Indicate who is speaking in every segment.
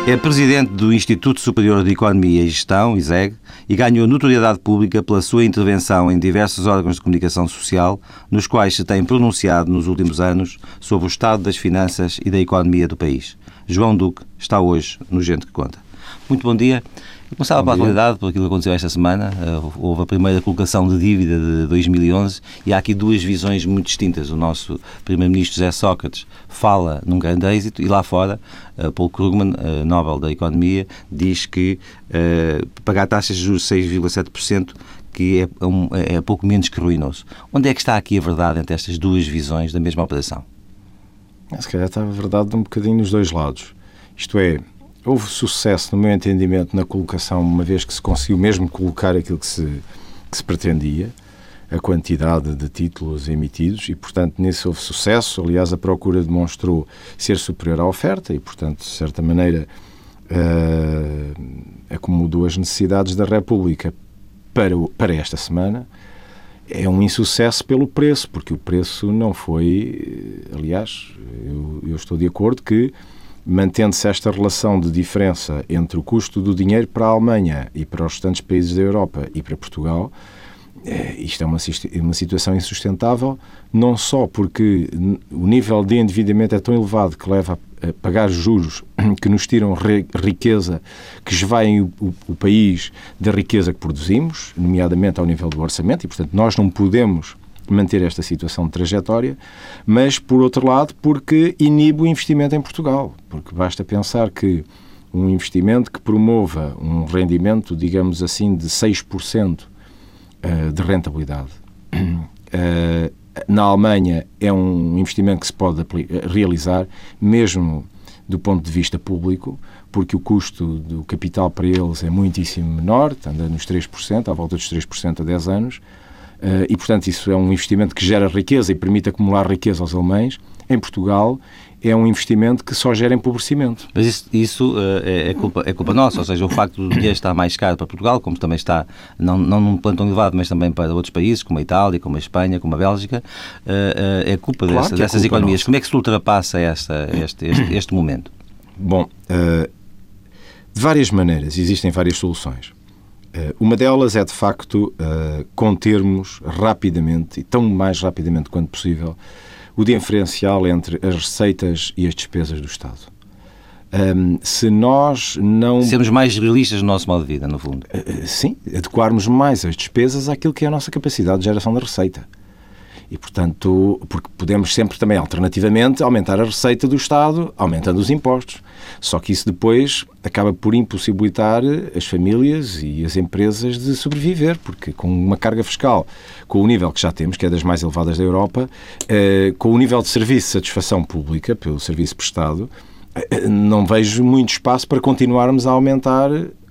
Speaker 1: É presidente do Instituto Superior de Economia e Gestão, ISEG, e ganhou notoriedade pública pela sua intervenção em diversos órgãos de comunicação social, nos quais se tem pronunciado nos últimos anos sobre o estado das finanças e da economia do país. João Duque está hoje no Gente que Conta. Muito bom dia. Eu começava pela atualidade, por aquilo que aconteceu esta semana. Houve a primeira colocação de dívida de 2011 e há aqui duas visões muito distintas. O nosso primeiro-ministro José Sócrates fala num grande êxito e lá fora, Paul Krugman, Nobel da Economia, diz que pagar taxas de juros de 6,7% que é pouco menos que ruinoso. Onde é que está aqui a verdade entre estas duas visões da mesma operação?
Speaker 2: Se calhar está a verdade um bocadinho nos dois lados. Isto é, houve sucesso, no meu entendimento, na colocação, uma vez que se conseguiu mesmo colocar aquilo que se pretendia, a quantidade de títulos emitidos, e, portanto, nisso houve sucesso. Aliás, a procura demonstrou ser superior à oferta e, portanto, de certa maneira, acomodou as necessidades da República para esta semana. É um insucesso pelo preço, porque o preço não foi... Aliás, eu estou de acordo que, mantendo-se esta relação de diferença entre o custo do dinheiro para a Alemanha e para os restantes países da Europa e para Portugal, isto é uma situação insustentável, não só porque o nível de endividamento é tão elevado que leva a pagar juros que nos tiram riqueza, que esvaem o país da riqueza que produzimos, nomeadamente ao nível do orçamento, e, portanto, nós não podemos manter esta situação de trajetória, mas, por outro lado, porque inibe o investimento em Portugal. Porque basta pensar que um investimento que promova um rendimento, digamos assim, de 6% de rentabilidade, na Alemanha é um investimento que se pode realizar, mesmo do ponto de vista público, porque o custo do capital para eles é muitíssimo menor, anda nos 3%, à volta dos 3% a 10 anos, e, portanto, isso é um investimento que gera riqueza e permite acumular riqueza aos alemães. Em Portugal, é um investimento que só gera empobrecimento.
Speaker 1: Mas isso é culpa nossa, ou seja, o facto do dinheiro estar mais caro para Portugal, como também está, não num plano tão elevado, mas também para outros países, como a Itália, como a Espanha, como a Bélgica, é culpa dessas economias. Nossa. Como é que se ultrapassa este momento?
Speaker 2: Bom, de várias maneiras, existem várias soluções. Uma delas é, de facto, contermos rapidamente, e tão mais rapidamente quanto possível, o diferencial entre as receitas e as despesas do Estado. Se nós não...
Speaker 1: Sermos mais realistas no nosso modo de vida, no fundo.
Speaker 2: Sim, adequarmos mais as despesas àquilo que é a nossa capacidade de geração da receita. E, portanto, porque podemos sempre também, alternativamente, aumentar a receita do Estado, aumentando os impostos. Só que isso depois acaba por impossibilitar as famílias e as empresas de sobreviver, porque com uma carga fiscal, com o nível que já temos, que é das mais elevadas da Europa, com o nível de serviço de satisfação pública, pelo serviço prestado, não vejo muito espaço para continuarmos a aumentar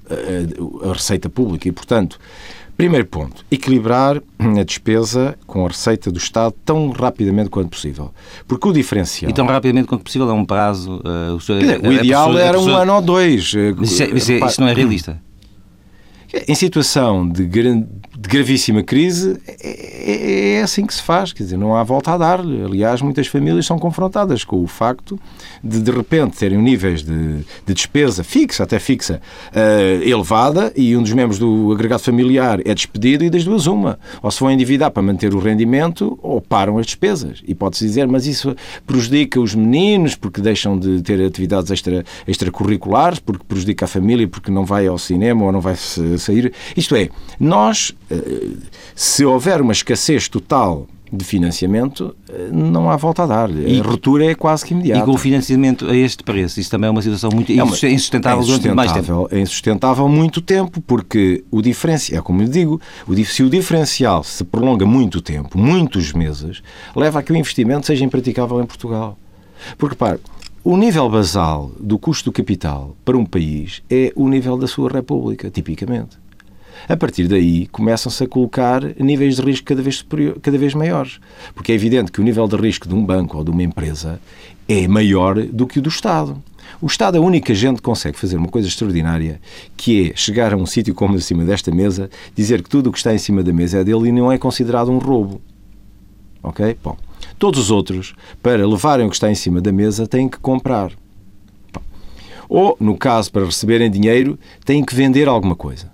Speaker 2: a receita pública. E, portanto, primeiro ponto, equilibrar a despesa com a receita do Estado tão rapidamente quanto possível. Porque o diferencial...
Speaker 1: E tão rapidamente quanto possível é um prazo...
Speaker 2: o ideal era um ano ou dois.
Speaker 1: Isso não é realista?
Speaker 2: Em situação de gravíssima crise, é assim que se faz, quer dizer, não há volta a dar. Aliás, muitas famílias são confrontadas com o facto de repente, terem níveis de despesa fixa, até fixa, elevada, e um dos membros do agregado familiar é despedido e das duas uma. Ou se vão endividar para manter o rendimento, ou param as despesas. E pode-se dizer, mas isso prejudica os meninos, porque deixam de ter atividades extracurriculares, porque prejudica a família, porque não vai ao cinema ou não vai sair. Isto é, nós, se houver uma escassez total de financiamento, não há volta a dar. A ruptura é quase que imediata.
Speaker 1: E com o financiamento a este preço, isso também é uma situação muito insustentável durante mais tempo.
Speaker 2: É insustentável muito tempo, porque o diferencial, é como eu digo, se o diferencial se prolonga muito tempo, muitos meses, leva a que o investimento seja impraticável em Portugal. Porque, repare, o nível basal do custo do capital para um país é o nível da sua república, tipicamente. A partir daí, começam-se a colocar níveis de risco cada vez maiores. Porque é evidente que o nível de risco de um banco ou de uma empresa é maior do que o do Estado. O Estado é a única gente que consegue fazer uma coisa extraordinária, que é chegar a um sítio como acima desta mesa, dizer que tudo o que está em cima da mesa é dele e não é considerado um roubo. Ok? Bom, todos os outros, para levarem o que está em cima da mesa, têm que comprar. Ou, no caso, para receberem dinheiro, têm que vender alguma coisa.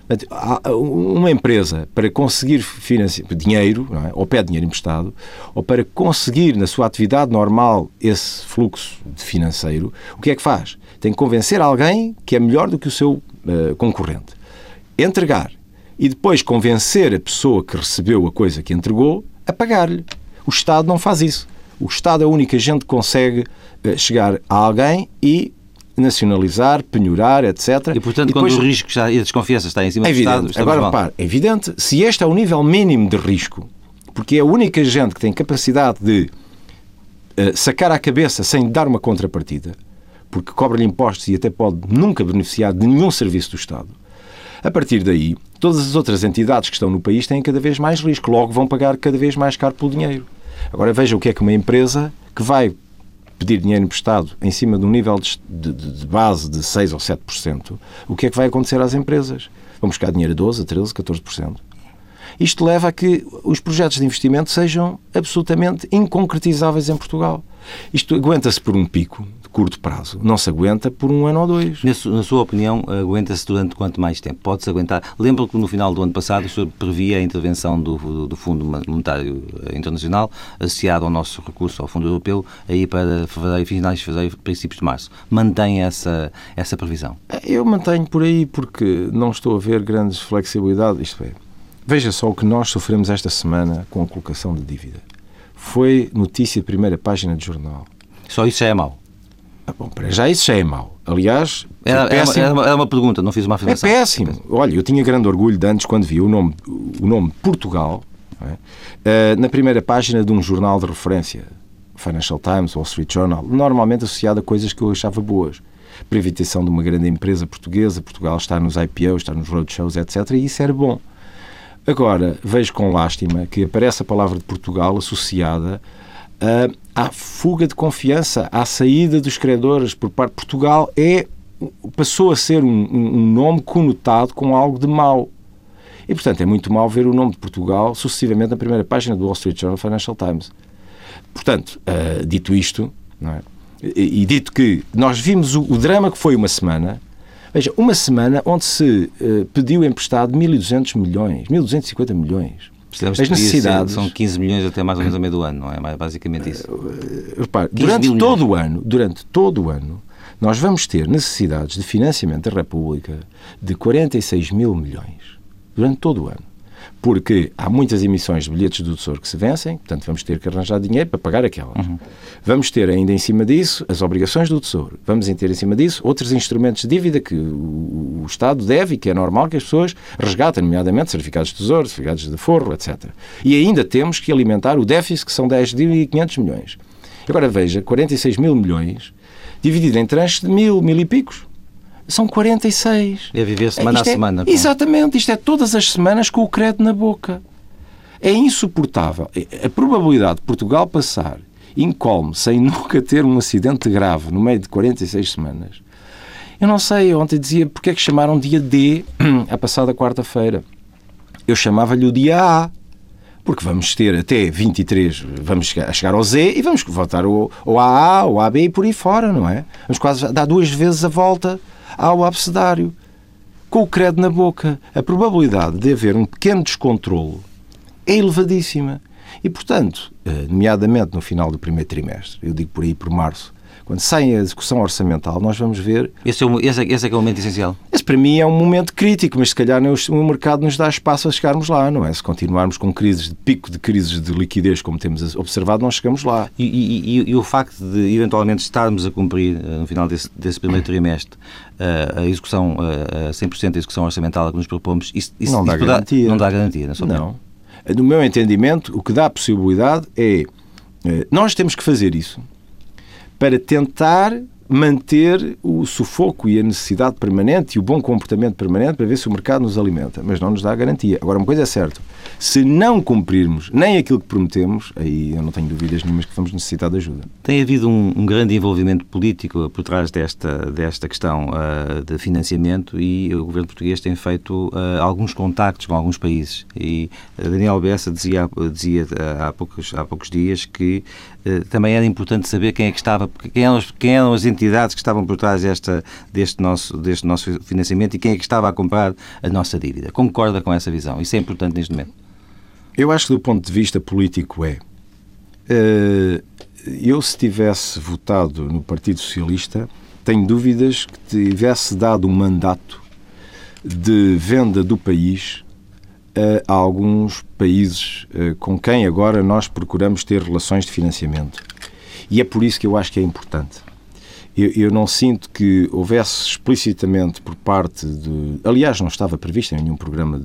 Speaker 2: Uma empresa, para conseguir dinheiro, não é? Ou pede dinheiro emprestado, ou para conseguir, na sua atividade normal, esse fluxo financeiro, o que é que faz? Tem que convencer alguém que é melhor do que o seu concorrente. Entregar. E depois convencer a pessoa que recebeu a coisa que entregou a pagar-lhe. O Estado não faz isso. O Estado é a única gente que consegue chegar a alguém e nacionalizar, penhorar, etc.
Speaker 1: E, portanto,
Speaker 2: depois,
Speaker 1: quando o risco e a desconfiança está em cima do Estado...
Speaker 2: Agora, repare, é evidente, se este é o nível mínimo de risco, porque é a única gente que tem capacidade de sacar à cabeça sem dar uma contrapartida, porque cobra-lhe impostos e até pode nunca beneficiar de nenhum serviço do Estado, a partir daí, todas as outras entidades que estão no país têm cada vez mais risco, logo vão pagar cada vez mais caro pelo dinheiro. Agora veja o que é que uma empresa que vai pedir dinheiro emprestado em cima de um nível de base de 6% ou 7%, o que é que vai acontecer às empresas? Vão buscar dinheiro a 12%, a 13%, 14%. Isto leva a que os projetos de investimento sejam absolutamente inconcretizáveis em Portugal. Isto aguenta-se por um pico de curto prazo, não se aguenta por 1 ano ou 2.
Speaker 1: Na sua opinião, aguenta-se durante quanto mais tempo? Pode-se aguentar? Lembro que no final do ano passado o senhor previa a intervenção do Fundo Monetário Internacional associado ao nosso recurso ao Fundo Europeu aí para finais de fevereiro, princípios de março. Mantém essa previsão?
Speaker 2: Eu mantenho por aí porque não estou a ver grandes flexibilidade. Isto é, veja só o que nós sofremos esta semana com a colocação de dívida. Foi notícia de primeira página de jornal.
Speaker 1: Só isso já é mau?
Speaker 2: Bom, para já isso já é mau. Aliás,
Speaker 1: era uma pergunta, não fiz uma afirmação.
Speaker 2: É péssimo. Olha, eu tinha grande orgulho de antes quando vi o nome Portugal, não é? Na primeira página de um jornal de referência, Financial Times, Wall Street Journal, normalmente associado a coisas que eu achava boas. Privatização de uma grande empresa portuguesa, Portugal está nos IPOs, está nos roadshows, etc. E isso era bom. Agora, vejo com lástima que aparece a palavra de Portugal associada à fuga de confiança, à saída dos credores por parte de Portugal. Passou a ser um nome conotado com algo de mau. E, portanto, é muito mau ver o nome de Portugal sucessivamente na primeira página do Wall Street Journal, Financial Times. Portanto, dito isto, não é? E dito que nós vimos o drama que foi uma semana. Veja, uma semana onde se pediu emprestado 1.200 milhões, 1.250 milhões.
Speaker 1: As necessidades... São 15 milhões até mais ou menos a meio do ano, não é? Basicamente isso.
Speaker 2: Repare, durante todo o ano, nós vamos ter necessidades de financiamento da República de 46 mil milhões. Durante todo o ano. Porque há muitas emissões de bilhetes do Tesouro que se vencem, portanto vamos ter que arranjar dinheiro para pagar aquelas. Vamos ter ainda em cima disso as obrigações do Tesouro. Vamos ter em cima disso outros instrumentos de dívida que o Estado deve e que é normal que as pessoas resgatem, nomeadamente certificados de Tesouro, certificados de Forro, etc. E ainda temos que alimentar o déficit, que são 10.500 milhões. Agora veja, 46 mil milhões dividido em tranches de 1.000 e picos. São 46.
Speaker 1: É viver semana a semana.
Speaker 2: Exatamente. Isto é todas as semanas com o crédito na boca. É insuportável. A probabilidade de Portugal passar incólume sem nunca ter um acidente grave no meio de 46 semanas. Eu não sei. Ontem dizia porque é que chamaram dia D a passada quarta-feira. Eu chamava-lhe o dia A. Porque vamos ter até 23, vamos chegar ao Z e vamos voltar ao AA, ao AB e por aí fora, não é? Vamos quase dar 2 vezes a volta ao abcedário. Com o crédito na boca, a probabilidade de haver um pequeno descontrolo é elevadíssima. E, portanto, nomeadamente no final do primeiro trimestre, eu digo por aí por março, quando sai a execução orçamental, nós vamos ver...
Speaker 1: Esse é que é o momento essencial?
Speaker 2: Esse, para mim, é um momento crítico, mas se calhar o mercado nos dá espaço a chegarmos lá, não é? Se continuarmos com pico de crises de liquidez, como temos observado, não chegamos lá.
Speaker 1: E o facto de, eventualmente, estarmos a cumprir, no final desse primeiro trimestre, a execução, 100% da execução orçamental que nos propomos, isso
Speaker 2: não dá garantia.
Speaker 1: Não dá garantia, na sua opinião?
Speaker 2: Não. No meu entendimento, o que dá a possibilidade é... Nós temos que fazer isso para tentar manter o sufoco e a necessidade permanente e o bom comportamento permanente para ver se o mercado nos alimenta, mas não nos dá a garantia. Agora, uma coisa é certa, se não cumprirmos nem aquilo que prometemos, aí eu não tenho dúvidas nenhumas que vamos necessitar de ajuda.
Speaker 1: Tem havido um grande envolvimento político por trás desta questão de financiamento e o governo português tem feito alguns contactos com alguns países e Daniel Bessa dizia há poucos dias que também era importante saber quem eram as entidades entidades que estavam por trás deste nosso financiamento e quem é que estava a comprar a nossa dívida. Concorda com essa visão? Isso é importante neste momento.
Speaker 2: Eu acho que do ponto de vista político eu, se tivesse votado no Partido Socialista, tenho dúvidas que tivesse dado um mandato de venda do país a alguns países com quem agora nós procuramos ter relações de financiamento. E é por isso que eu acho que é importante. Eu não sinto que houvesse explicitamente por parte de... Aliás, não estava previsto em nenhum programa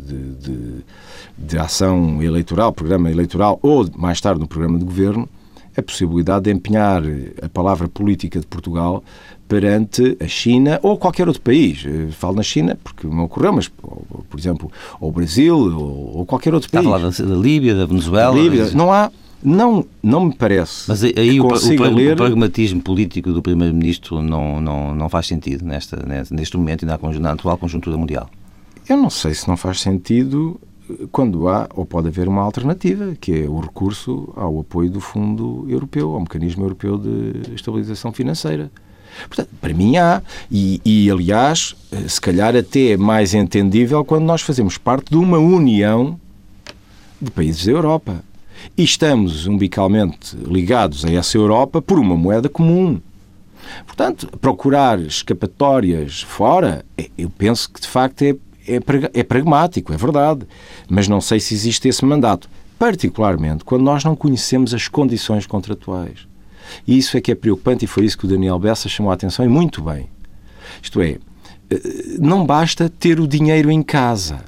Speaker 2: de ação eleitoral, programa eleitoral, ou mais tarde no programa de governo, a possibilidade de empenhar a palavra política de Portugal perante a China ou qualquer outro país. Falo na China porque não ocorreu, mas, por exemplo, ou o Brasil ou qualquer outro país.
Speaker 1: Está a falar da Líbia, da Venezuela...
Speaker 2: Não há... Não me parece.
Speaker 1: Mas aí o pragmatismo político do Primeiro-Ministro não faz sentido neste momento e na atual conjuntura mundial.
Speaker 2: Eu não sei se não faz sentido quando há, ou pode haver uma alternativa, que é o recurso ao apoio do Fundo Europeu, ao Mecanismo Europeu de Estabilização Financeira. Portanto, para mim há, e aliás, se calhar até é mais entendível quando nós fazemos parte de uma união de países da Europa. E estamos umbilicalmente ligados a essa Europa por uma moeda comum. Portanto, procurar escapatórias fora, eu penso que de facto é pragmático, é verdade. Mas não sei se existe esse mandato. Particularmente quando nós não conhecemos as condições contratuais. E isso é que é preocupante e foi isso que o Daniel Bessa chamou a atenção e muito bem. Isto é, não basta ter o dinheiro em casa.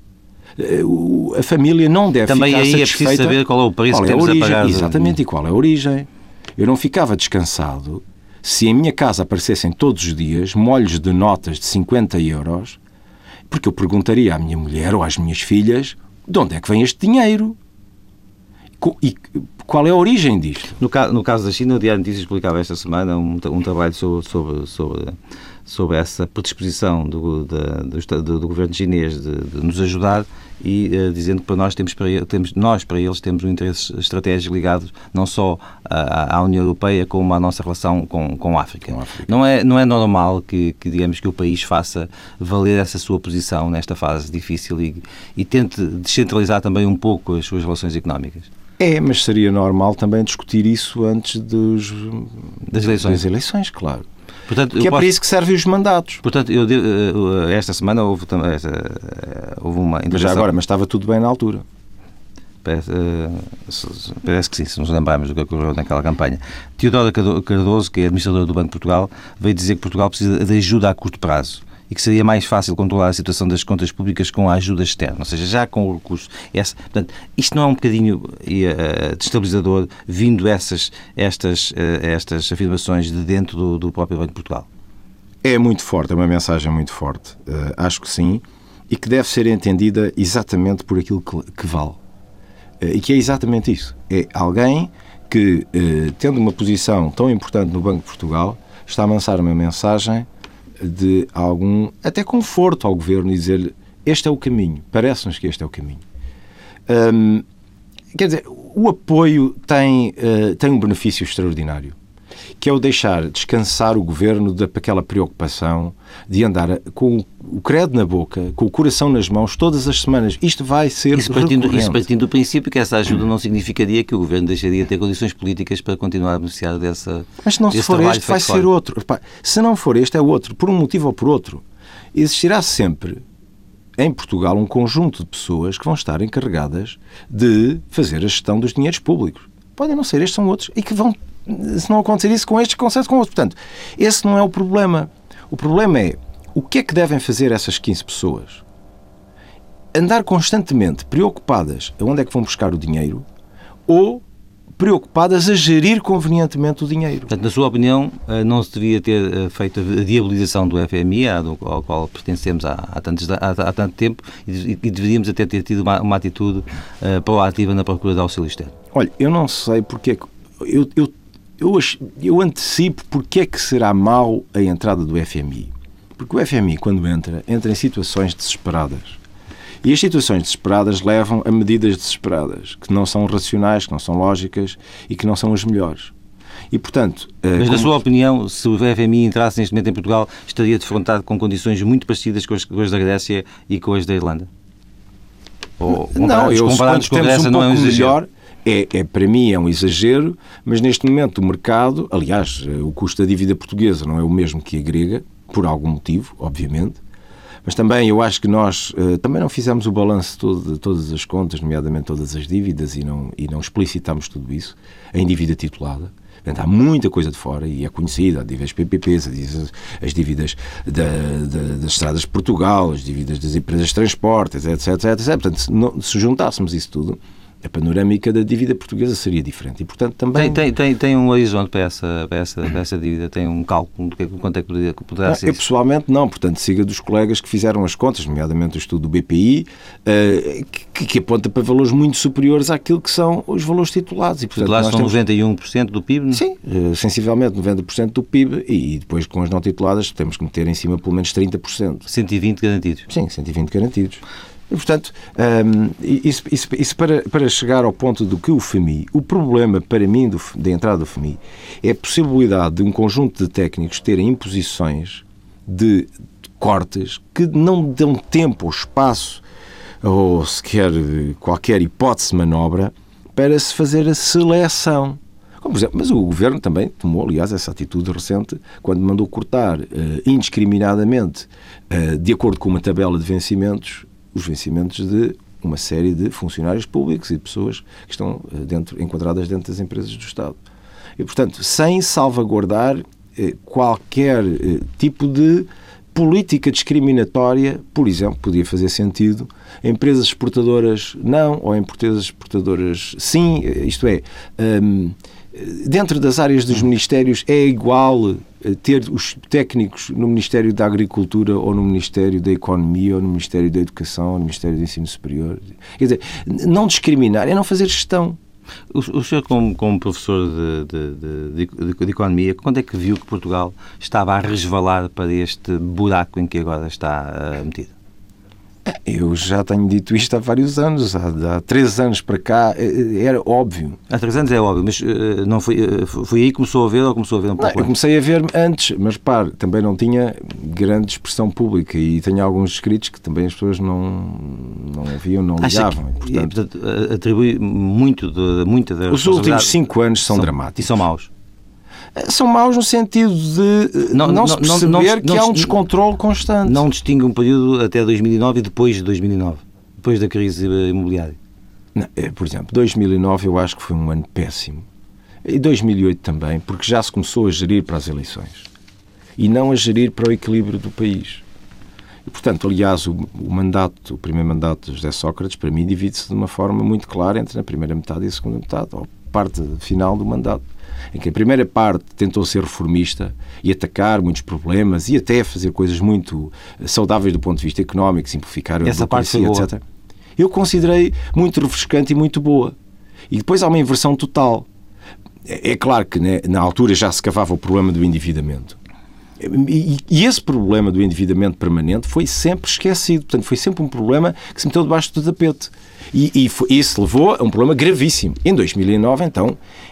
Speaker 2: A família não deve
Speaker 1: também
Speaker 2: ficar
Speaker 1: satisfeita. Também aí é preciso saber qual é o preço que temos a pagar.
Speaker 2: Exatamente, e qual é a origem. Eu não ficava descansado se em minha casa aparecessem todos os dias molhos de notas de 50 euros, porque eu perguntaria à minha mulher ou às minhas filhas de onde é que vem este dinheiro? E qual é a origem disto?
Speaker 1: No caso da China, o Diário de Notícias publicava esta semana um trabalho sobre essa predisposição do governo chinês de nos ajudar e dizendo que para nós para eles temos um interesse estratégico ligado não só à União Europeia como à nossa relação com a África. Não é normal que digamos que o país faça valer essa sua posição nesta fase difícil e tente descentralizar também um pouco as suas relações económicas.
Speaker 2: Mas seria normal também discutir isso antes das eleições, claro. Portanto, que é para isso que servem os mandatos.
Speaker 1: Portanto, esta semana houve uma intervenção...
Speaker 2: Mas estava tudo bem na altura.
Speaker 1: Parece que sim, se nos lembrarmos do que ocorreu naquela campanha. Teodora Cardoso, que é administradora do Banco de Portugal, veio dizer que Portugal precisa de ajuda a curto prazo e que seria mais fácil controlar a situação das contas públicas com a ajuda externa, ou seja, já com o recurso. Portanto, isto não é um bocadinho destabilizador vindo estas afirmações de dentro do próprio Banco de Portugal?
Speaker 2: É muito forte, é uma mensagem muito forte. Acho que sim, e que deve ser entendida exatamente por aquilo que vale. E que é exatamente isso. É alguém que, tendo uma posição tão importante no Banco de Portugal, está a lançar uma mensagem de algum, até conforto ao Governo e dizer-lhe este é o caminho, parece-nos que este é o caminho. Quer dizer, o apoio tem um benefício extraordinário, que é o deixar descansar o Governo daquela preocupação de andar com o credo na boca, com o coração nas mãos, todas as semanas. Isto vai ser recorrente.
Speaker 1: Isso partindo do princípio que essa ajuda não significaria que o Governo deixaria de ter condições políticas para continuar a beneficiar dessa.
Speaker 2: Mas se não for este, vai ser outro. Se não for este, é outro. Por um motivo ou por outro. Existirá sempre em Portugal um conjunto de pessoas que vão estar encarregadas de fazer a gestão dos dinheiros públicos. Podem não ser estes, são outros. E que vão, se não acontecer isso com estes, acontece com outros. Portanto, esse não é o problema. O problema é o que é que devem fazer essas 15 pessoas? Andar constantemente preocupadas a onde é que vão buscar o dinheiro ou preocupadas a gerir convenientemente o dinheiro?
Speaker 1: Portanto, na sua opinião, não se devia ter feito a diabolização do FMI, ao qual pertencemos há tanto tempo, e deveríamos até ter tido uma atitude proativa na procura de auxílio externo?
Speaker 2: Olha, eu não sei porque... Eu antecipo porque é que será mau a entrada do FMI. Porque o FMI, quando entra em situações desesperadas. E as situações desesperadas levam a medidas desesperadas, que não são racionais, que não são lógicas e que não são as melhores. E, portanto...
Speaker 1: Mas, na sua opinião, se o FMI entrasse neste momento em Portugal, estaria defrontado com condições muito parecidas com as da Grécia e com as da Irlanda? Ou,
Speaker 2: comparados com a Grécia, não é um exagero? Para mim é um exagero, mas neste momento o mercado, aliás, o custo da dívida portuguesa não é o mesmo que a grega, por algum motivo, obviamente, mas também eu acho que nós também não fizemos o balanço de todas as contas, nomeadamente todas as dívidas, e não explicitamos tudo isso em dívida titulada. Portanto, há muita coisa de fora e é conhecida, há dívidas PPPs, as dívidas das estradas de Portugal, as dívidas das empresas de transportes, etc. Portanto, se juntássemos isso tudo, a panorâmica da dívida portuguesa seria diferente. E, portanto, também...
Speaker 1: Tem um horizonte para essa dívida? Tem um cálculo de quanto é que poderá ser?
Speaker 2: Eu, pessoalmente, não. Portanto, siga dos colegas que fizeram as contas, nomeadamente o estudo do BPI, que aponta para valores muito superiores àquilo que são os valores titulados.
Speaker 1: E, portanto, titulados são 91% do PIB? Não?
Speaker 2: Sim, sensivelmente 90% do PIB, e depois com as não tituladas temos que meter em cima pelo menos 30%.
Speaker 1: 120 garantidos?
Speaker 2: Sim, 120 garantidos. E, portanto, isso para chegar ao ponto do que o FMI, o problema para mim da entrada do FMI é a possibilidade de um conjunto de técnicos terem imposições de cortes que não dão tempo ou espaço ou sequer qualquer hipótese de manobra para se fazer a seleção. Como, por exemplo, mas o Governo também tomou, aliás, essa atitude recente quando mandou cortar indiscriminadamente, de acordo com uma tabela de vencimentos, os vencimentos de uma série de funcionários públicos e de pessoas que estão enquadradas dentro das empresas do Estado. E, portanto, sem salvaguardar qualquer tipo de política discriminatória, por exemplo, podia fazer sentido empresas exportadoras não, ou empresas exportadoras sim, isto é, dentro das áreas dos ministérios é igual ter os técnicos no Ministério da Agricultura ou no Ministério da Economia ou no Ministério da Educação ou no Ministério do Ensino Superior. Quer dizer, não discriminar é não fazer gestão.
Speaker 1: O senhor, como professor de Economia, quando é que viu que Portugal estava a resvalar para este buraco em que agora está metido?
Speaker 2: Eu já tenho dito isto há vários anos, há 3 anos para cá, era óbvio.
Speaker 1: Há 3 anos é óbvio, mas não foi aí que começou a ver ou começou a ver um pouco antes?
Speaker 2: Eu comecei a ver antes, mas repare, também não tinha grande expressão pública e tenho alguns escritos que também as pessoas não ouviam, não ligavam.
Speaker 1: Portanto, atribui muita da responsabilidade.
Speaker 2: Os últimos 5 anos são dramáticos.
Speaker 1: E são maus.
Speaker 2: São maus no sentido de não se perceber que há um descontrole constante.
Speaker 1: Não distingue um período até 2009 e depois de 2009, depois da crise imobiliária?
Speaker 2: Não, por exemplo, 2009 eu acho que foi um ano péssimo. E 2008 também, porque já se começou a gerir para as eleições e não a gerir para o equilíbrio do país. E, portanto, aliás, o primeiro mandato de José Sócrates, para mim, divide-se de uma forma muito clara entre a primeira metade e a segunda metade, ou parte final do mandato, em que a primeira parte tentou ser reformista e atacar muitos problemas e até fazer coisas muito saudáveis do ponto de vista económico, simplificar a burocracia, etc. Eu considerei muito refrescante e muito boa. E depois há uma inversão total. É claro que na altura já se cavava o problema do endividamento. E esse problema do endividamento permanente foi sempre esquecido. Portanto, foi sempre um problema que se meteu debaixo do tapete. E isso levou a um problema gravíssimo. Em 2009, então,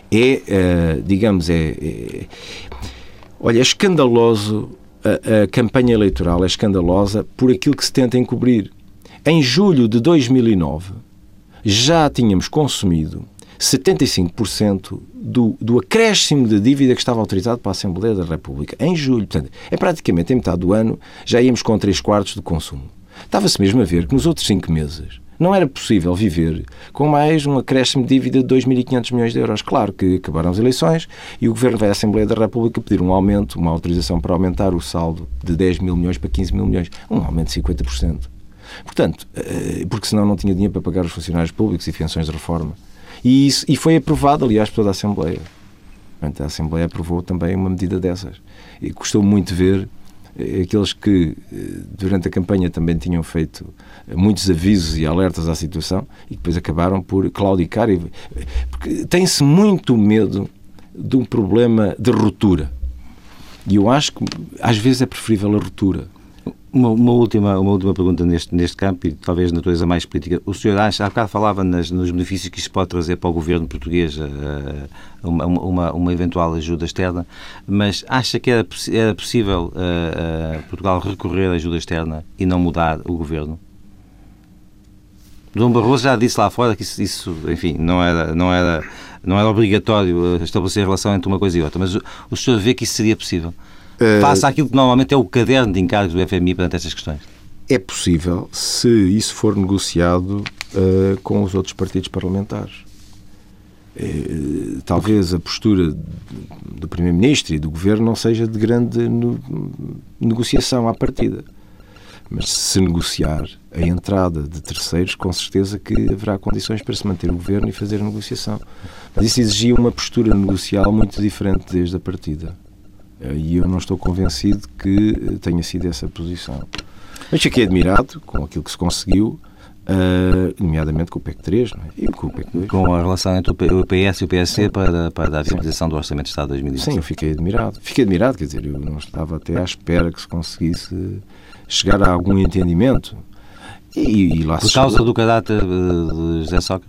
Speaker 2: olha, é escandaloso, a campanha eleitoral é escandalosa por aquilo que se tenta encobrir. Em julho de 2009, já tínhamos consumido 75% do acréscimo de dívida que estava autorizado para a Assembleia da República. Em julho, portanto, praticamente em metade do ano, já íamos com 3/4 do consumo. Estava-se mesmo a ver que nos outros 5 meses não era possível viver com mais um acréscimo de dívida de 2.500 milhões de euros. Claro que acabaram as eleições e o Governo vai à Assembleia da República pedir um aumento, uma autorização para aumentar o saldo de 10 mil milhões para 15 mil milhões. Um aumento de 50%. Portanto, porque senão não tinha dinheiro para pagar os funcionários públicos e pensões de reforma. E foi aprovado, aliás, por toda a Assembleia. Portanto, a Assembleia aprovou também uma medida dessas. E custou muito ver aqueles que durante a campanha também tinham feito muitos avisos e alertas à situação e que depois acabaram por claudicar. Porque tem-se muito medo de um problema de ruptura. E eu acho que às vezes é preferível a ruptura.
Speaker 1: Uma última pergunta neste campo, e talvez de natureza mais política. O senhor acha, há bocado falava nos benefícios que isto pode trazer para o governo português, uma eventual ajuda externa, mas acha que era possível Portugal recorrer à ajuda externa e não mudar o governo? Dom Barroso já disse lá fora que isso enfim, não era obrigatório estabelecer a relação entre uma coisa e outra, mas o senhor vê que isso seria possível? Faça aquilo que normalmente é o caderno de encargos do FMI perante estas questões.
Speaker 2: É possível se isso for negociado com os outros partidos parlamentares. Talvez a postura do Primeiro-Ministro e do Governo não seja de grande negociação à partida. Mas se negociar a entrada de terceiros, com certeza que haverá condições para se manter o Governo e fazer a negociação. Mas isso exigia uma postura negocial muito diferente desde a partida. E eu não estou convencido que tenha sido essa a posição. Mas fiquei admirado com aquilo que se conseguiu, nomeadamente com o PEC 3, não é? E com o PEC 2.
Speaker 1: Com a relação entre o PS e o PSC para a viabilização do Orçamento de Estado de 2020.
Speaker 2: Sim, eu fiquei admirado. Fiquei admirado, quer dizer, eu não estava até à espera que se conseguisse chegar a algum entendimento. E lá
Speaker 1: por causa do caráter de José Sócrates?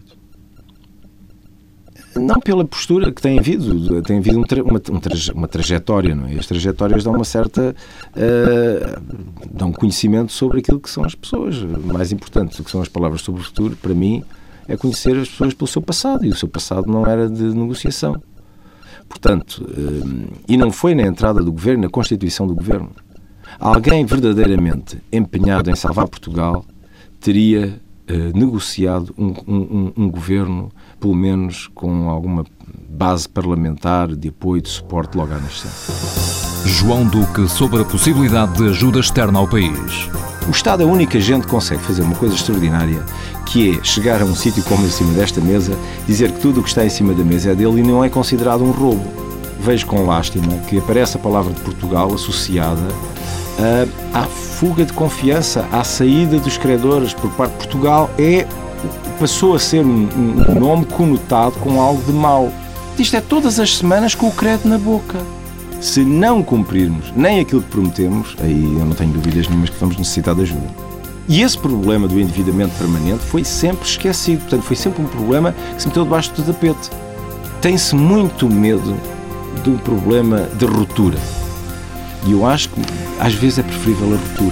Speaker 2: Não, pela postura que tem havido uma trajetória, não é? As trajetórias dão uma certa dão conhecimento sobre aquilo que são as pessoas. Mais importante do que são as palavras sobre o futuro, para mim, é conhecer as pessoas pelo seu passado, e o seu passado não era de negociação. Portanto, e não foi na entrada do Governo, na constituição do Governo. Alguém verdadeiramente empenhado em salvar Portugal teria negociado um governo, pelo menos com alguma base parlamentar de apoio e de suporte logo à nascença.
Speaker 3: João Duque sobre a possibilidade de ajuda externa ao país.
Speaker 2: O Estado é a única gente que consegue fazer uma coisa extraordinária, que é chegar a um sítio como em cima desta mesa, dizer que tudo o que está em cima da mesa é dele e não é considerado um roubo. Vejo com lástima que aparece a palavra de Portugal associada à fuga de confiança, à saída dos credores por parte de Portugal. Passou a ser um nome conotado com algo de mau. Isto é todas as semanas com o credo na boca. Se não cumprirmos nem aquilo que prometemos, aí eu não tenho dúvidas nenhumas que vamos necessitar de ajuda. E esse problema do endividamento permanente foi sempre esquecido. Portanto, foi sempre um problema que se meteu debaixo do tapete. Tem-se muito medo de um problema de ruptura. E eu acho que às vezes é preferível a ruptura.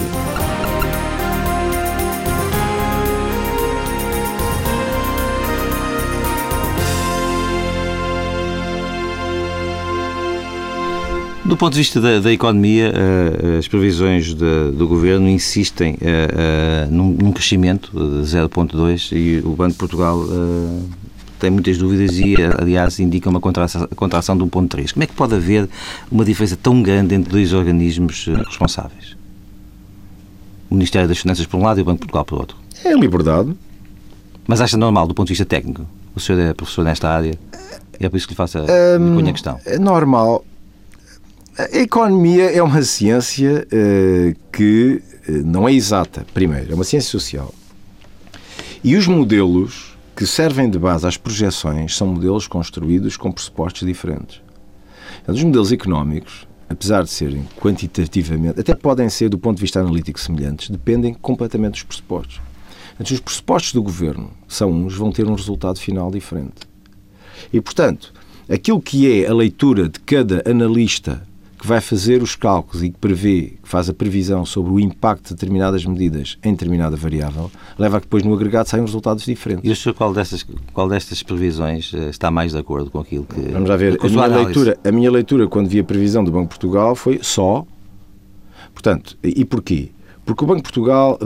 Speaker 1: Do ponto de vista da economia, as previsões do Governo insistem num crescimento de 0,2 e o Banco de Portugal tem muitas dúvidas e, aliás, indica uma contração de 1,3. Como é que pode haver uma diferença tão grande entre dois organismos responsáveis? O Ministério das Finanças por um lado e o Banco de Portugal por outro.
Speaker 2: É a liberdade.
Speaker 1: Mas acha normal, do ponto de vista técnico? O senhor é professor nesta área e é por isso que lhe faço lhe ponho a questão.
Speaker 2: É normal. A economia é uma ciência que não é exata, primeiro, é uma ciência social. E os modelos que servem de base às projeções são modelos construídos com pressupostos diferentes. Os modelos económicos, apesar de serem quantitativamente, até podem ser do ponto de vista analítico semelhantes, dependem completamente dos pressupostos. Os pressupostos do Governo são uns, vão ter um resultado final diferente. E, portanto, aquilo que é a leitura de cada analista que vai fazer os cálculos e que prevê, que faz a previsão sobre o impacto de determinadas medidas em determinada variável, leva a que depois no agregado saiam resultados diferentes.
Speaker 1: E o senhor qual destas previsões está mais de acordo com aquilo que...
Speaker 2: Vamos lá ver, a minha leitura quando vi a previsão do Banco de Portugal foi só. Portanto, e porquê? Porque o Banco de Portugal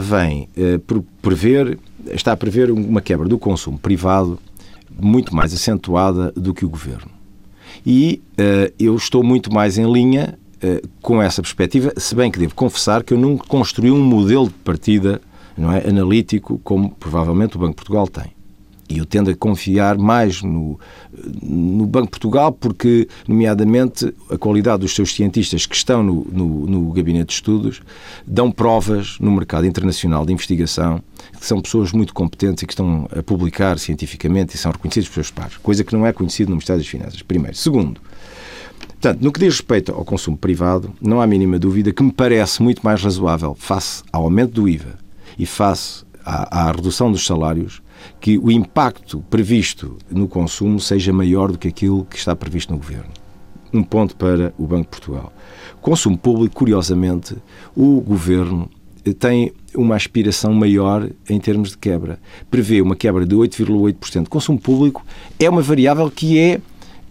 Speaker 2: está a prever uma quebra do consumo privado muito mais acentuada do que o Governo. E eu estou muito mais em linha com essa perspectiva, se bem que devo confessar que eu não construí um modelo de partida, não é, analítico como provavelmente o Banco de Portugal tem. E eu tendo a confiar mais no Banco de Portugal porque, nomeadamente, a qualidade dos seus cientistas que estão no gabinete de estudos dão provas no mercado internacional de investigação que são pessoas muito competentes e que estão a publicar cientificamente e são reconhecidos por seus pares, coisa que não é conhecida no Ministério das Finanças, primeiro. Segundo, Portanto, no que diz respeito ao consumo privado, não há mínima dúvida que me parece muito mais razoável, face ao aumento do IVA e face à redução dos salários, que o impacto previsto no consumo seja maior do que aquilo que está previsto no Governo. Um ponto para o Banco de Portugal. Consumo público, curiosamente, o Governo tem uma aspiração maior em termos de quebra. Prevê uma quebra de 8,8%. Consumo público é uma variável que é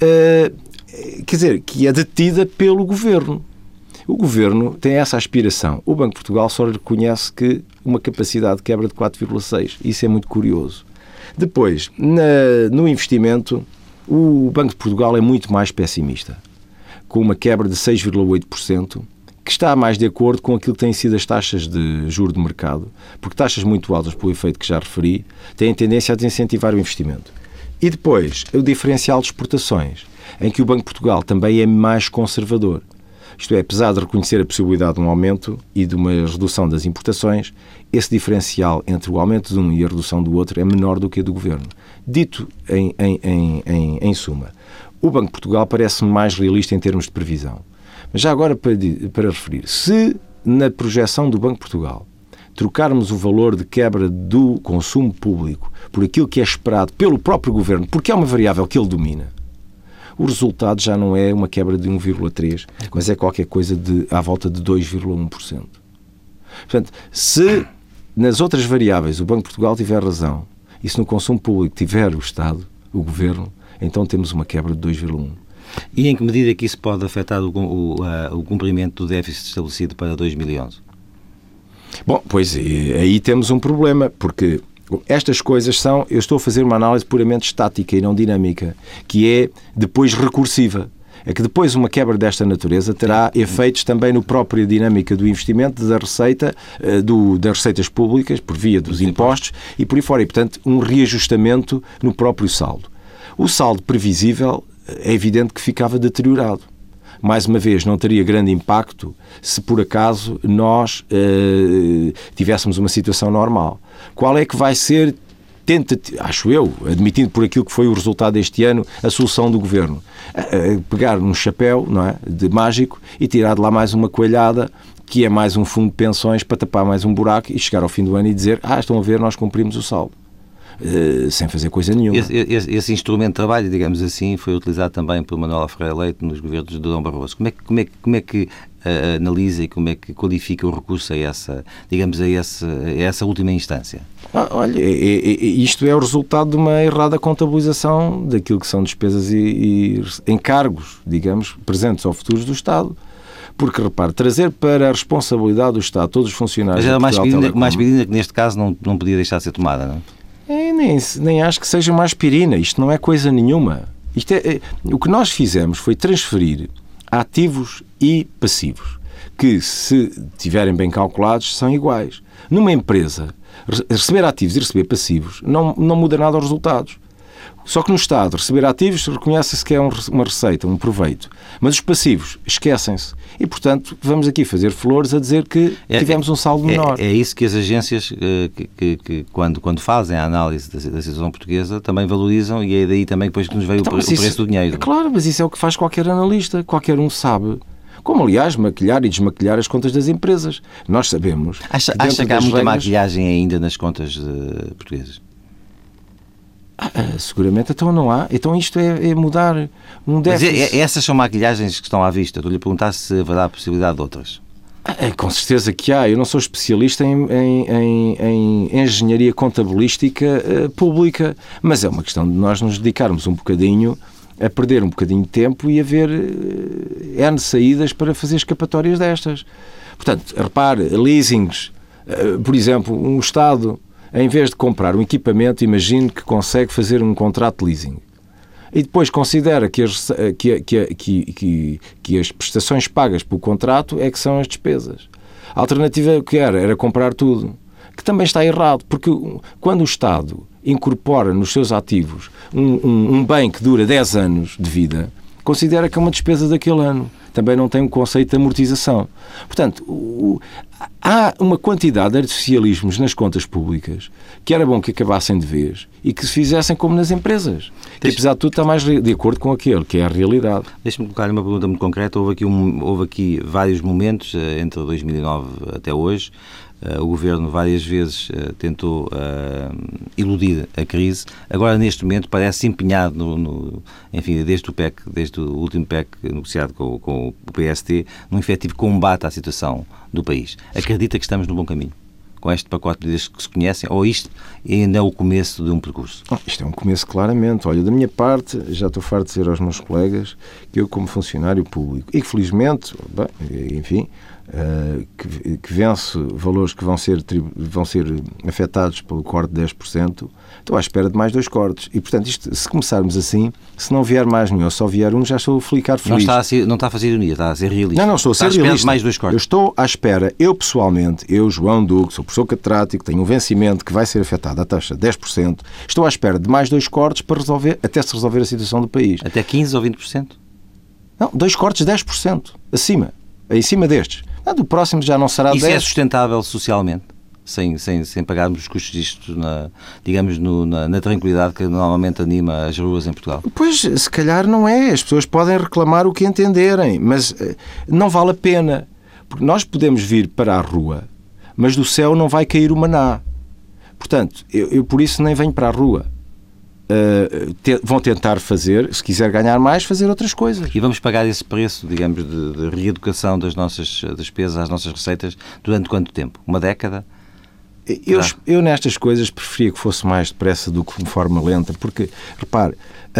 Speaker 2: detida pelo Governo. O Governo tem essa aspiração. O Banco de Portugal só reconhece que uma capacidade de quebra de 4,6%. Isso é muito curioso. Depois, no investimento, o Banco de Portugal é muito mais pessimista, com uma quebra de 6,8%, que está mais de acordo com aquilo que têm sido as taxas de juros de mercado, porque taxas muito altas, pelo efeito que já referi, têm tendência a desincentivar o investimento. E depois, o diferencial de exportações, em que o Banco de Portugal também é mais conservador. Isto é, apesar de reconhecer a possibilidade de um aumento e de uma redução das importações, esse diferencial entre o aumento de um e a redução do outro é menor do que a do Governo. Dito em suma, o Banco de Portugal parece-me mais realista em termos de previsão. Mas já agora para referir, se na projeção do Banco de Portugal trocarmos o valor de quebra do consumo público por aquilo que é esperado pelo próprio Governo, porque é uma variável que ele domina, o resultado já não é uma quebra de 1,3%, mas é qualquer coisa à volta de 2,1%. Portanto, se nas outras variáveis o Banco de Portugal tiver razão e se no consumo público tiver o Estado, o Governo, então temos uma quebra de 2,1%.
Speaker 1: E em que medida é que isso pode afetar o cumprimento do déficit estabelecido para 2011?
Speaker 2: Bom, pois aí temos um problema, porque estas coisas eu estou a fazer uma análise puramente estática e não dinâmica, que é depois recursiva. É que depois uma quebra desta natureza terá efeitos também no própria dinâmica do investimento, da receita, das receitas públicas, por via dos impostos e por aí fora. E, portanto, um reajustamento no próprio saldo. O saldo previsível é evidente que ficava deteriorado. Mais uma vez, não teria grande impacto se por acaso nós tivéssemos uma situação normal. Qual é que vai ser, acho eu, admitindo por aquilo que foi o resultado deste ano, a solução do Governo? Pegar num chapéu, não é, de mágico e tirar de lá mais uma coelhada, que é mais um fundo de pensões para tapar mais um buraco e chegar ao fim do ano e dizer estão a ver, nós cumprimos o saldo. Sem fazer coisa nenhuma.
Speaker 1: Esse instrumento de trabalho, digamos assim, foi utilizado também por Manuela Ferreira Leite nos governos de Durão Barroso. Como é que analisa e como é que qualifica o recurso a essa última instância?
Speaker 2: Olha, isto é o resultado de uma errada contabilização daquilo que são despesas e encargos, digamos, presentes ou futuros do Estado. Porque, repare, trazer para a responsabilidade do Estado todos os funcionários...
Speaker 1: Mas era mais pedida que neste caso não podia deixar de ser tomada, não é?
Speaker 2: Nem acho que seja uma aspirina. Isto não é coisa nenhuma. O que nós fizemos foi transferir ativos e passivos, que, se estiverem bem calculados, são iguais. Numa empresa, receber ativos e receber passivos não muda nada aos resultados. Só que no Estado, receber ativos reconhece-se que é uma receita, um proveito. Mas os passivos esquecem-se. E, portanto, vamos aqui fazer flores a dizer que tivemos um saldo menor.
Speaker 1: É isso que as agências, quando fazem a análise da situação portuguesa, também valorizam, e é daí também depois que nos veio o preço do dinheiro.
Speaker 2: É claro, mas isso é o que faz qualquer analista. Qualquer um sabe. Como, aliás, maquilhar e desmaquilhar as contas das empresas. Nós sabemos...
Speaker 1: Acha que há muita maquilhagem ainda nas contas portuguesas?
Speaker 2: Seguramente, então não há. Então isto é mudar um déficit.
Speaker 1: Mas essas são maquilhagens que estão à vista. Estou-lhe a perguntar se haverá a possibilidade de outras.
Speaker 2: Com certeza que há. Eu não sou especialista em engenharia contabilística pública, mas é uma questão de nós nos dedicarmos um bocadinho a perder um bocadinho de tempo e a ver N saídas para fazer escapatórias destas. Portanto, repare, leasings, por exemplo, um Estado, em vez de comprar um equipamento, imagine que consegue fazer um contrato de leasing e depois considera que as prestações pagas pelo contrato é que são as despesas. A alternativa que era comprar tudo, que também está errado, porque quando o Estado incorpora nos seus ativos um bem que dura 10 anos de vida, considera que é uma despesa daquele ano. também não tem um conceito de amortização. Portanto, há uma quantidade de artificialismos nas contas públicas que era bom que acabassem de vez e que se fizessem como nas empresas. Que, apesar de tudo, está mais de acordo com aquele que é a realidade.
Speaker 1: Deixe-me colocar uma pergunta muito concreta. Houve aqui vários momentos, entre 2009 até hoje. O Governo várias vezes tentou iludir a crise. Agora, neste momento, parece empenhado, enfim, desde o último PEC negociado com o PST, num efetivo combate à situação do país. Acredita que estamos no bom caminho com este pacote de medidas que se conhecem, ou isto ainda é o começo de um percurso?
Speaker 2: Isto é um começo, claramente. Olha, da minha parte, já estou farto de dizer aos meus colegas que eu, como funcionário público, e que felizmente, enfim, que vence valores que vão ser afetados pelo corte de 10%, estou à espera de mais 2 cortes. E, portanto, isto, se começarmos assim, se não vier mais nenhum, só vier um, já estou a ficar feliz.
Speaker 1: Não está a fazer ironia, está a ser realista.
Speaker 2: Não estou a ser realista.
Speaker 1: De mais 2 cortes.
Speaker 2: Eu estou à espera, pessoalmente, João Duque, sou professor catedrático, tenho um vencimento que vai ser afetado à taxa de 10%, estou à espera de mais 2 cortes para resolver, até se resolver a situação do país.
Speaker 1: Até 15% ou 20%?
Speaker 2: Não, 2 cortes de 10%, em cima destes. Do próximo já não será 10%.
Speaker 1: Isso é sustentável socialmente? Sem pagarmos os custos disto, na tranquilidade que normalmente anima as ruas em Portugal?
Speaker 2: Pois, se calhar não é. As pessoas podem reclamar o que entenderem, mas não vale a pena. Porque nós podemos vir para a rua, mas do céu não vai cair o maná. Portanto, eu por isso nem venho para a rua. Vão tentar fazer, se quiser ganhar mais, fazer outras coisas.
Speaker 1: E vamos pagar esse preço, digamos, de reeducação das nossas despesas às nossas receitas durante quanto tempo? 1 década?
Speaker 2: Eu nestas coisas preferia que fosse mais depressa do que de forma lenta, porque, repare,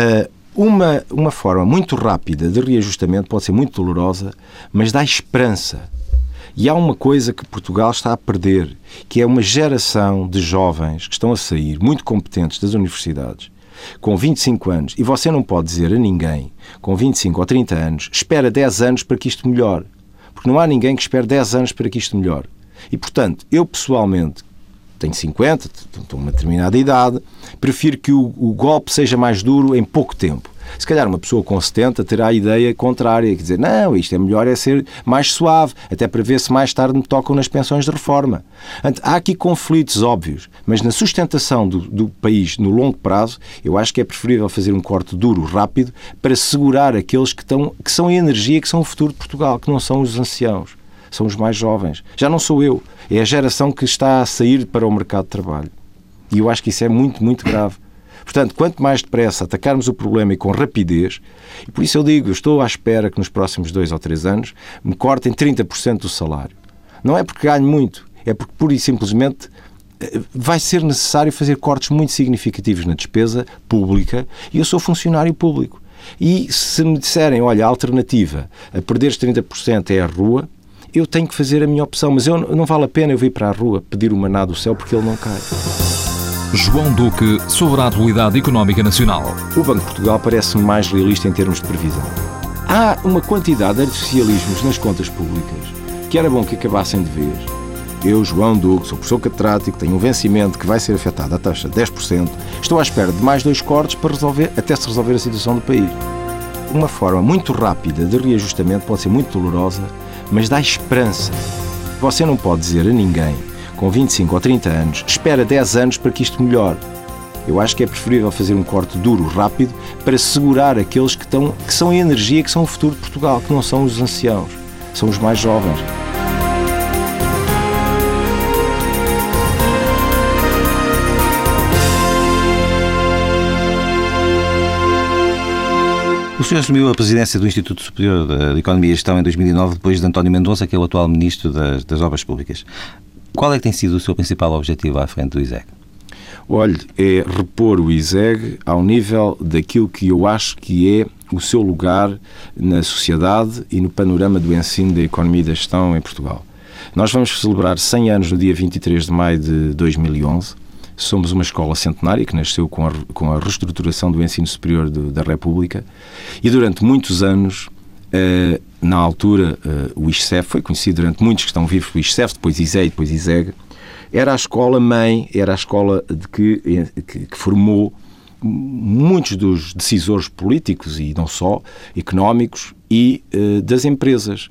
Speaker 2: uma forma muito rápida de reajustamento pode ser muito dolorosa, mas dá esperança. E há uma coisa que Portugal está a perder, que é uma geração de jovens que estão a sair, muito competentes das universidades, com 25 anos, e você não pode dizer a ninguém, com 25 ou 30 anos, espera 10 anos para que isto melhore. Porque não há ninguém que espere 10 anos para que isto melhore. E, portanto, eu pessoalmente tenho 50, estou uma determinada idade, prefiro que o golpe seja mais duro em pouco tempo. Se calhar uma pessoa com 70 terá a ideia contrária, quer dizer, não, isto é melhor ser mais suave, até para ver se mais tarde me tocam nas pensões de reforma. Há aqui conflitos óbvios, mas na sustentação do país no longo prazo, eu acho que é preferível fazer um corte duro, rápido, para segurar aqueles que são a energia, que são o futuro de Portugal, que não são os anciãos, são os mais jovens. Já não sou eu, é a geração que está a sair para o mercado de trabalho. E eu acho que isso é muito, muito grave. Portanto, quanto mais depressa atacarmos o problema e com rapidez, e por isso eu digo, eu estou à espera que nos próximos 2 ou 3 anos me cortem 30% do salário. Não é porque ganho muito, é porque pura e simplesmente vai ser necessário fazer cortes muito significativos na despesa pública e eu sou funcionário público. E se me disserem, olha, a alternativa a perderes 30% é a rua, eu tenho que fazer a minha opção, mas não vale a pena eu vir para a rua pedir o maná do céu porque ele não cai.
Speaker 3: João Duque, sobre a atualidade económica nacional.
Speaker 2: O Banco de Portugal parece-me mais realista em termos de previsão. Há uma quantidade de artificialismos nas contas públicas que era bom que acabassem de vez. Eu, João Duque, sou professor catedrático, tenho um vencimento que vai ser afetado à taxa de 10%. Estou à espera de mais 2 cortes para até se resolver a situação do país. Uma forma muito rápida de reajustamento pode ser muito dolorosa, mas dá esperança. Você não pode dizer a ninguém, com 25 ou 30 anos, espera 10 anos para que isto melhore. Eu acho que é preferível fazer um corte duro, rápido, para segurar aqueles que são a energia, que são o futuro de Portugal, que não são os anciãos, são os mais jovens.
Speaker 1: O senhor assumiu a presidência do Instituto Superior de Economia e Gestão em 2009, depois de António Mendonça, que é o atual Ministro das Obras Públicas. Qual é que tem sido o seu principal objetivo à frente do ISEG?
Speaker 2: Olhe, é repor o ISEG ao nível daquilo que eu acho que é o seu lugar na sociedade e no panorama do ensino da economia e da gestão em Portugal. Nós vamos celebrar 100 anos no dia 23 de maio de 2011. Somos uma escola centenária que nasceu com a reestruturação do ensino superior da República e durante muitos anos, na altura, o ISCEF foi conhecido durante muitos que estão vivos, o ISCEF, depois ISEG, depois ISEG, era a escola-mãe, era a escola que formou muitos dos decisores políticos e não só, económicos, e das empresas.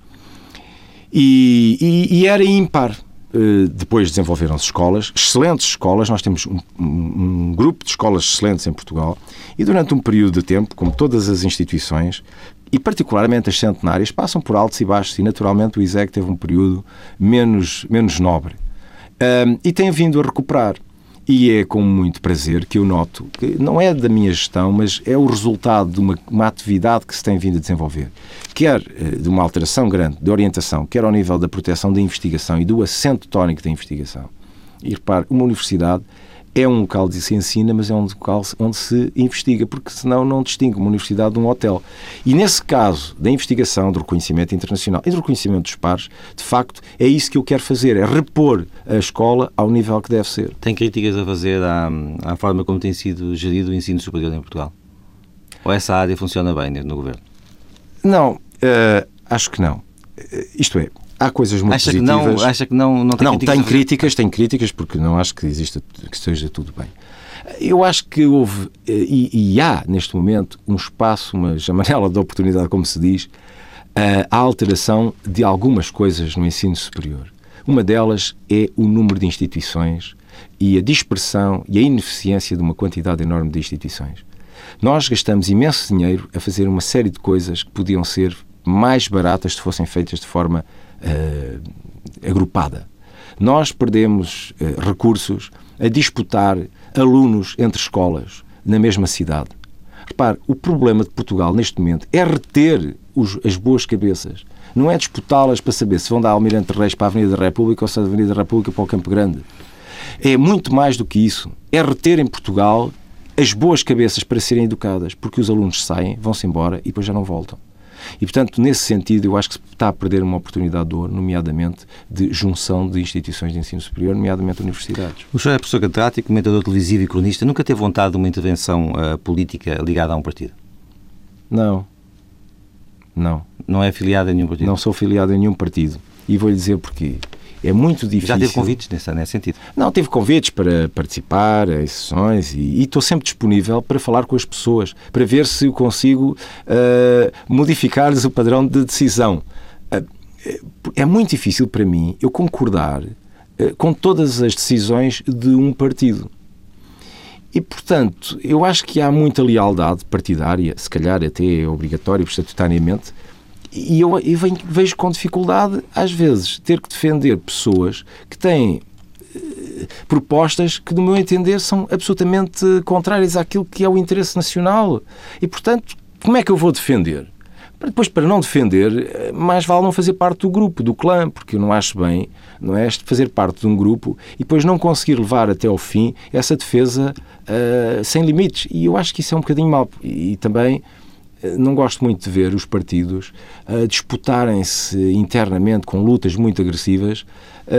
Speaker 2: E era ímpar. Depois desenvolveram-se escolas, excelentes escolas. Nós temos um grupo de escolas excelentes em Portugal e durante um período de tempo, como todas as instituições, e particularmente as centenárias, passam por altos e baixos e naturalmente o ISEG teve um período menos nobre. E tem vindo a recuperar. E é com muito prazer que eu noto que não é da minha gestão, mas é o resultado de uma atividade que se tem vindo a desenvolver. Quer de uma alteração grande de orientação, quer ao nível da proteção da investigação e do assento tónico da investigação. E repare, uma universidade é um local de se ensina, mas é um local onde se investiga, porque senão não distingue uma universidade de um hotel. E nesse caso da investigação, do reconhecimento internacional e do reconhecimento dos pares, de facto, é isso que eu quero fazer, é repor a escola ao nível que deve ser.
Speaker 1: Tem críticas a fazer à forma como tem sido gerido o ensino superior em Portugal? Ou essa área funciona bem no Governo?
Speaker 2: Não, acho que não. Isto é, há coisas muito positivas.
Speaker 1: Acha que não tem críticas?
Speaker 2: Tem críticas porque não acho que esteja tudo bem. Eu acho que houve e há neste momento um espaço, uma janela de oportunidade, como se diz, à alteração de algumas coisas no ensino superior. Uma delas é o número de instituições e a dispersão e a ineficiência de uma quantidade enorme de instituições. Nós gastamos imenso dinheiro a fazer uma série de coisas que podiam ser mais baratas se fossem feitas de forma agrupada. Nós perdemos recursos a disputar alunos entre escolas na mesma cidade. Repare, o problema de Portugal neste momento é reter as boas cabeças. Não é disputá-las para saber se vão da Almirante Reis para a Avenida da República ou se da Avenida da República para o Campo Grande. É muito mais do que isso. É reter em Portugal as boas cabeças para serem educadas, porque os alunos saem, vão-se embora e depois já não voltam. E, portanto, nesse sentido, eu acho que se está a perder uma oportunidade de ouro, nomeadamente de junção de instituições de ensino superior, nomeadamente universidades.
Speaker 1: O senhor é professor catedrático, comentador televisivo e cronista. Nunca teve vontade de uma intervenção política ligada a um partido?
Speaker 2: Não.
Speaker 1: Não é afiliado a nenhum partido?
Speaker 2: Não sou afiliado a nenhum partido. E vou-lhe dizer porquê. É muito difícil...
Speaker 1: Já teve convites nesse sentido?
Speaker 2: Não, tive convites para participar em sessões e estou sempre disponível para falar com as pessoas, para ver se eu consigo modificar-lhes o padrão de decisão. É muito difícil para mim eu concordar com todas as decisões de um partido. E, portanto, eu acho que há muita lealdade partidária, se calhar até é obrigatório, estatutariamente, e eu vejo com dificuldade, às vezes, ter que defender pessoas que têm propostas que, no meu entender, são absolutamente contrárias àquilo que é o interesse nacional. E, portanto, como é que eu vou defender? Depois, para não defender, mais vale não fazer parte do grupo, do clã, porque eu não acho bem, não é, fazer parte de um grupo e depois não conseguir levar até ao fim essa defesa sem limites. E eu acho que isso é um bocadinho mau. E também não gosto muito de ver os partidos disputarem-se internamente com lutas muito agressivas,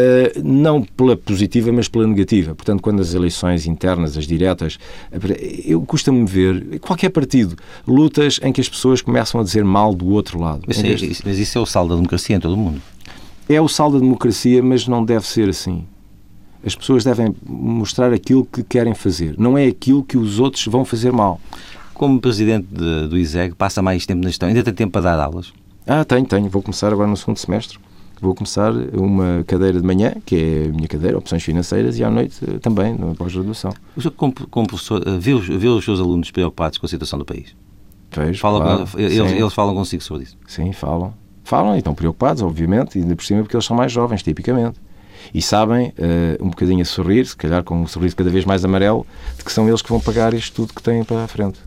Speaker 2: não pela positiva, mas pela negativa. Portanto, quando as eleições internas, as diretas, custa-me ver, qualquer partido, lutas em que as pessoas começam a dizer mal do outro lado.
Speaker 1: Mas isso é o sal da democracia em todo o mundo.
Speaker 2: É o sal da democracia, mas não deve ser assim. As pessoas devem mostrar aquilo que querem fazer, não é aquilo que os outros vão fazer mal.
Speaker 1: Como presidente do ISEG, passa mais tempo na gestão. Ainda tem tempo para dar aulas?
Speaker 2: Tenho. Vou começar agora no segundo semestre. Vou começar uma cadeira de manhã, que é a minha cadeira, Opções Financeiras, e à noite também, na pós-graduação.
Speaker 1: O senhor, como professor, vê os seus alunos preocupados com a situação do país?
Speaker 2: Vejo,
Speaker 1: eles falam consigo sobre isso?
Speaker 2: Sim, falam. Falam e estão preocupados, obviamente, e ainda por cima porque eles são mais jovens, tipicamente. E sabem, um bocadinho a sorrir, se calhar com um sorriso cada vez mais amarelo, de que são eles que vão pagar isto tudo que têm para a frente.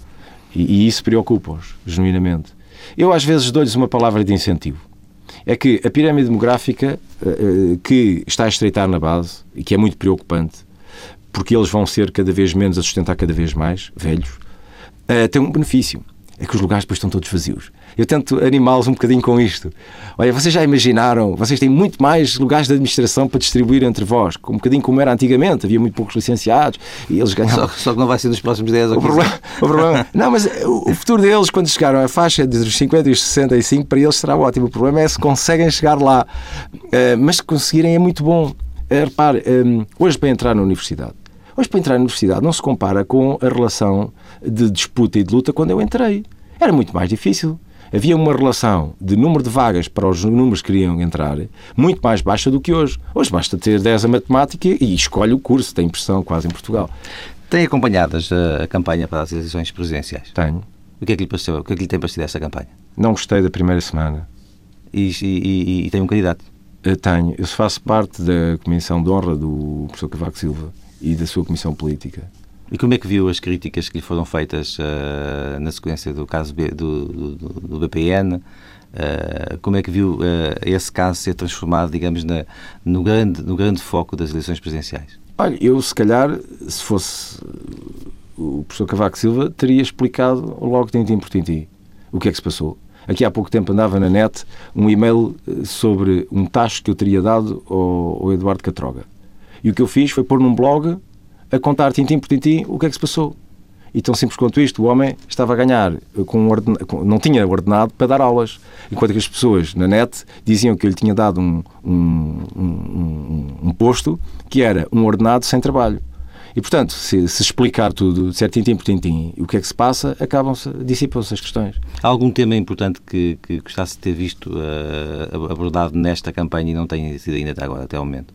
Speaker 2: E isso preocupa-os, genuinamente. Eu, às vezes, dou-lhes uma palavra de incentivo. É que a pirâmide demográfica, que está a estreitar na base, e que é muito preocupante, porque eles vão ser cada vez menos a sustentar cada vez mais, velhos, tem um benefício. É que os lugares depois estão todos vazios. Eu tento animá-los um bocadinho com isto. Olha, vocês já imaginaram, vocês têm muito mais lugares de administração para distribuir entre vós, um bocadinho como era antigamente, havia muito poucos licenciados e eles ganhavam...
Speaker 1: Só que não vai ser nos próximos 10 ou 15
Speaker 2: o problema... Não, mas o futuro deles, quando chegaram à faixa dos 50 e os 65, para eles será ótimo. O problema é se conseguem chegar lá. Mas se conseguirem é muito bom. Repare, hoje para entrar na universidade não se compara com a relação de disputa e de luta quando eu entrei. Era muito mais difícil. havia uma relação de número de vagas para os números que queriam entrar muito mais baixa do que hoje. Hoje basta ter 10 a matemática e escolhe o curso, tem impressão quase em Portugal.
Speaker 1: Tem acompanhadas a campanha para as eleições presidenciais?
Speaker 2: Tenho.
Speaker 1: O que é que lhe pareceu? O que é que lhe tem parecido essa campanha?
Speaker 2: Não gostei da primeira semana.
Speaker 1: E tem um candidato?
Speaker 2: Tenho. Eu faço parte da Comissão de Honra do professor Cavaco Silva e da sua Comissão Política.
Speaker 1: E como é que viu as críticas que lhe foram feitas na sequência do caso do BPN? Como é que viu esse caso ser transformado, digamos, no grande foco das eleições presidenciais?
Speaker 2: Olha, eu se calhar, se fosse o professor Cavaco Silva, teria explicado logo tintim por tintim o que é que se passou. Aqui há pouco tempo andava na net um e-mail sobre um tacho que eu teria dado ao Eduardo Catroga. E o que eu fiz foi pôr num blog a contar tintim por tintim o que é que se passou. E tão simples quanto isto, o homem estava a ganhar, não tinha ordenado para dar aulas, enquanto que as pessoas na net diziam que eu lhe tinha dado um posto que era um ordenado sem trabalho. E, portanto, se explicar tudo, se é tintim por tintim, o que é que se passa, dissipam-se as questões.
Speaker 1: Há algum tema importante que gostasse de ter visto abordado nesta campanha e não tenha sido ainda até agora, até ao momento?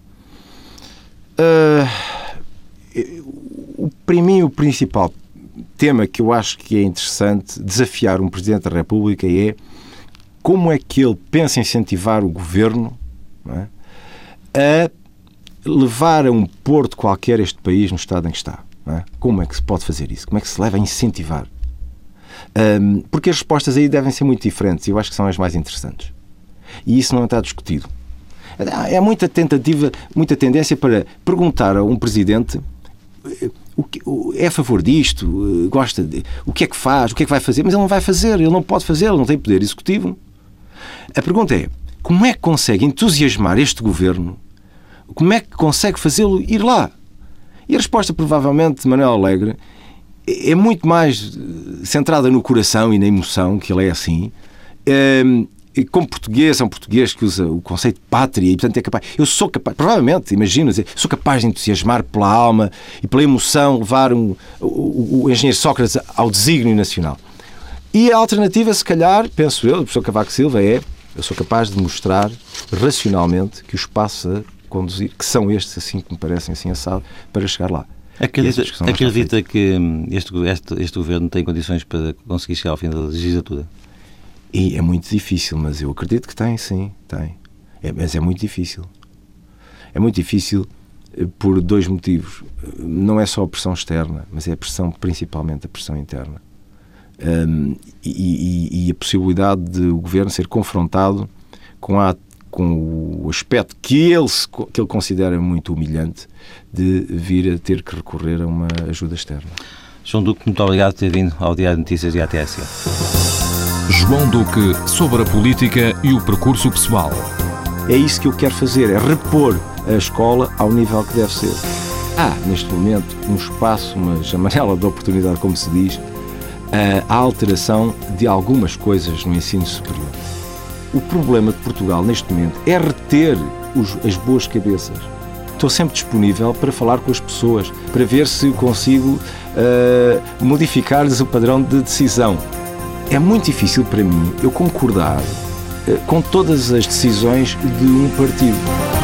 Speaker 2: Para mim, o principal tema que eu acho que é interessante desafiar um Presidente da República é como é que ele pensa incentivar o Governo, não é, a levar a um porto qualquer este país no estado em que está. Não é? Como é que se pode fazer isso? Como é que se leva a incentivar? Porque as respostas aí devem ser muito diferentes e eu acho que são as mais interessantes. E isso não está discutido. Há muita tendência para perguntar a um Presidente é a favor disto, gosta de... o que é que faz, o que é que vai fazer, mas ele não vai fazer, ele não pode fazer, ele não tem poder executivo. A pergunta é, como é que consegue entusiasmar este Governo? Como é que consegue fazê-lo ir lá? E a resposta, provavelmente, de Manuel Alegre é muito mais centrada no coração e na emoção, que ele é assim. Como português, é um português que usa o conceito de pátria e, portanto, é capaz... Eu sou capaz, provavelmente, imagino, sou capaz de entusiasmar pela alma e pela emoção, levar o engenheiro Sócrates ao desígnio nacional. E a alternativa, se calhar, penso eu, do professor Cavaco Silva, eu sou capaz de mostrar racionalmente que os passos a conduzir, que são estes, assim que me parecem, assim assado, para chegar lá.
Speaker 1: Acredita que este Governo tem condições para conseguir chegar ao fim da legislatura?
Speaker 2: E é muito difícil, mas eu acredito que tem, sim, tem. Mas é muito difícil. É muito difícil por dois motivos. Não é só a pressão externa, mas é a pressão, principalmente a pressão interna. E a possibilidade de o Governo ser confrontado com o aspecto que ele considera muito humilhante de vir a ter que recorrer a uma ajuda externa.
Speaker 1: João Duque, muito obrigado por ter vindo ao Diário de Notícias e à TSE.
Speaker 3: João Duque, sobre a política e o percurso pessoal.
Speaker 2: É isso que eu quero fazer, é repor a escola ao nível que deve ser. Há, neste momento, um espaço, uma janela de oportunidade, como se diz, a alteração de algumas coisas no ensino superior. O problema de Portugal, neste momento, é reter as boas cabeças. Estou sempre disponível para falar com as pessoas, para ver se consigo modificar-lhes o padrão de decisão. É muito difícil para mim eu concordar com todas as decisões de um partido.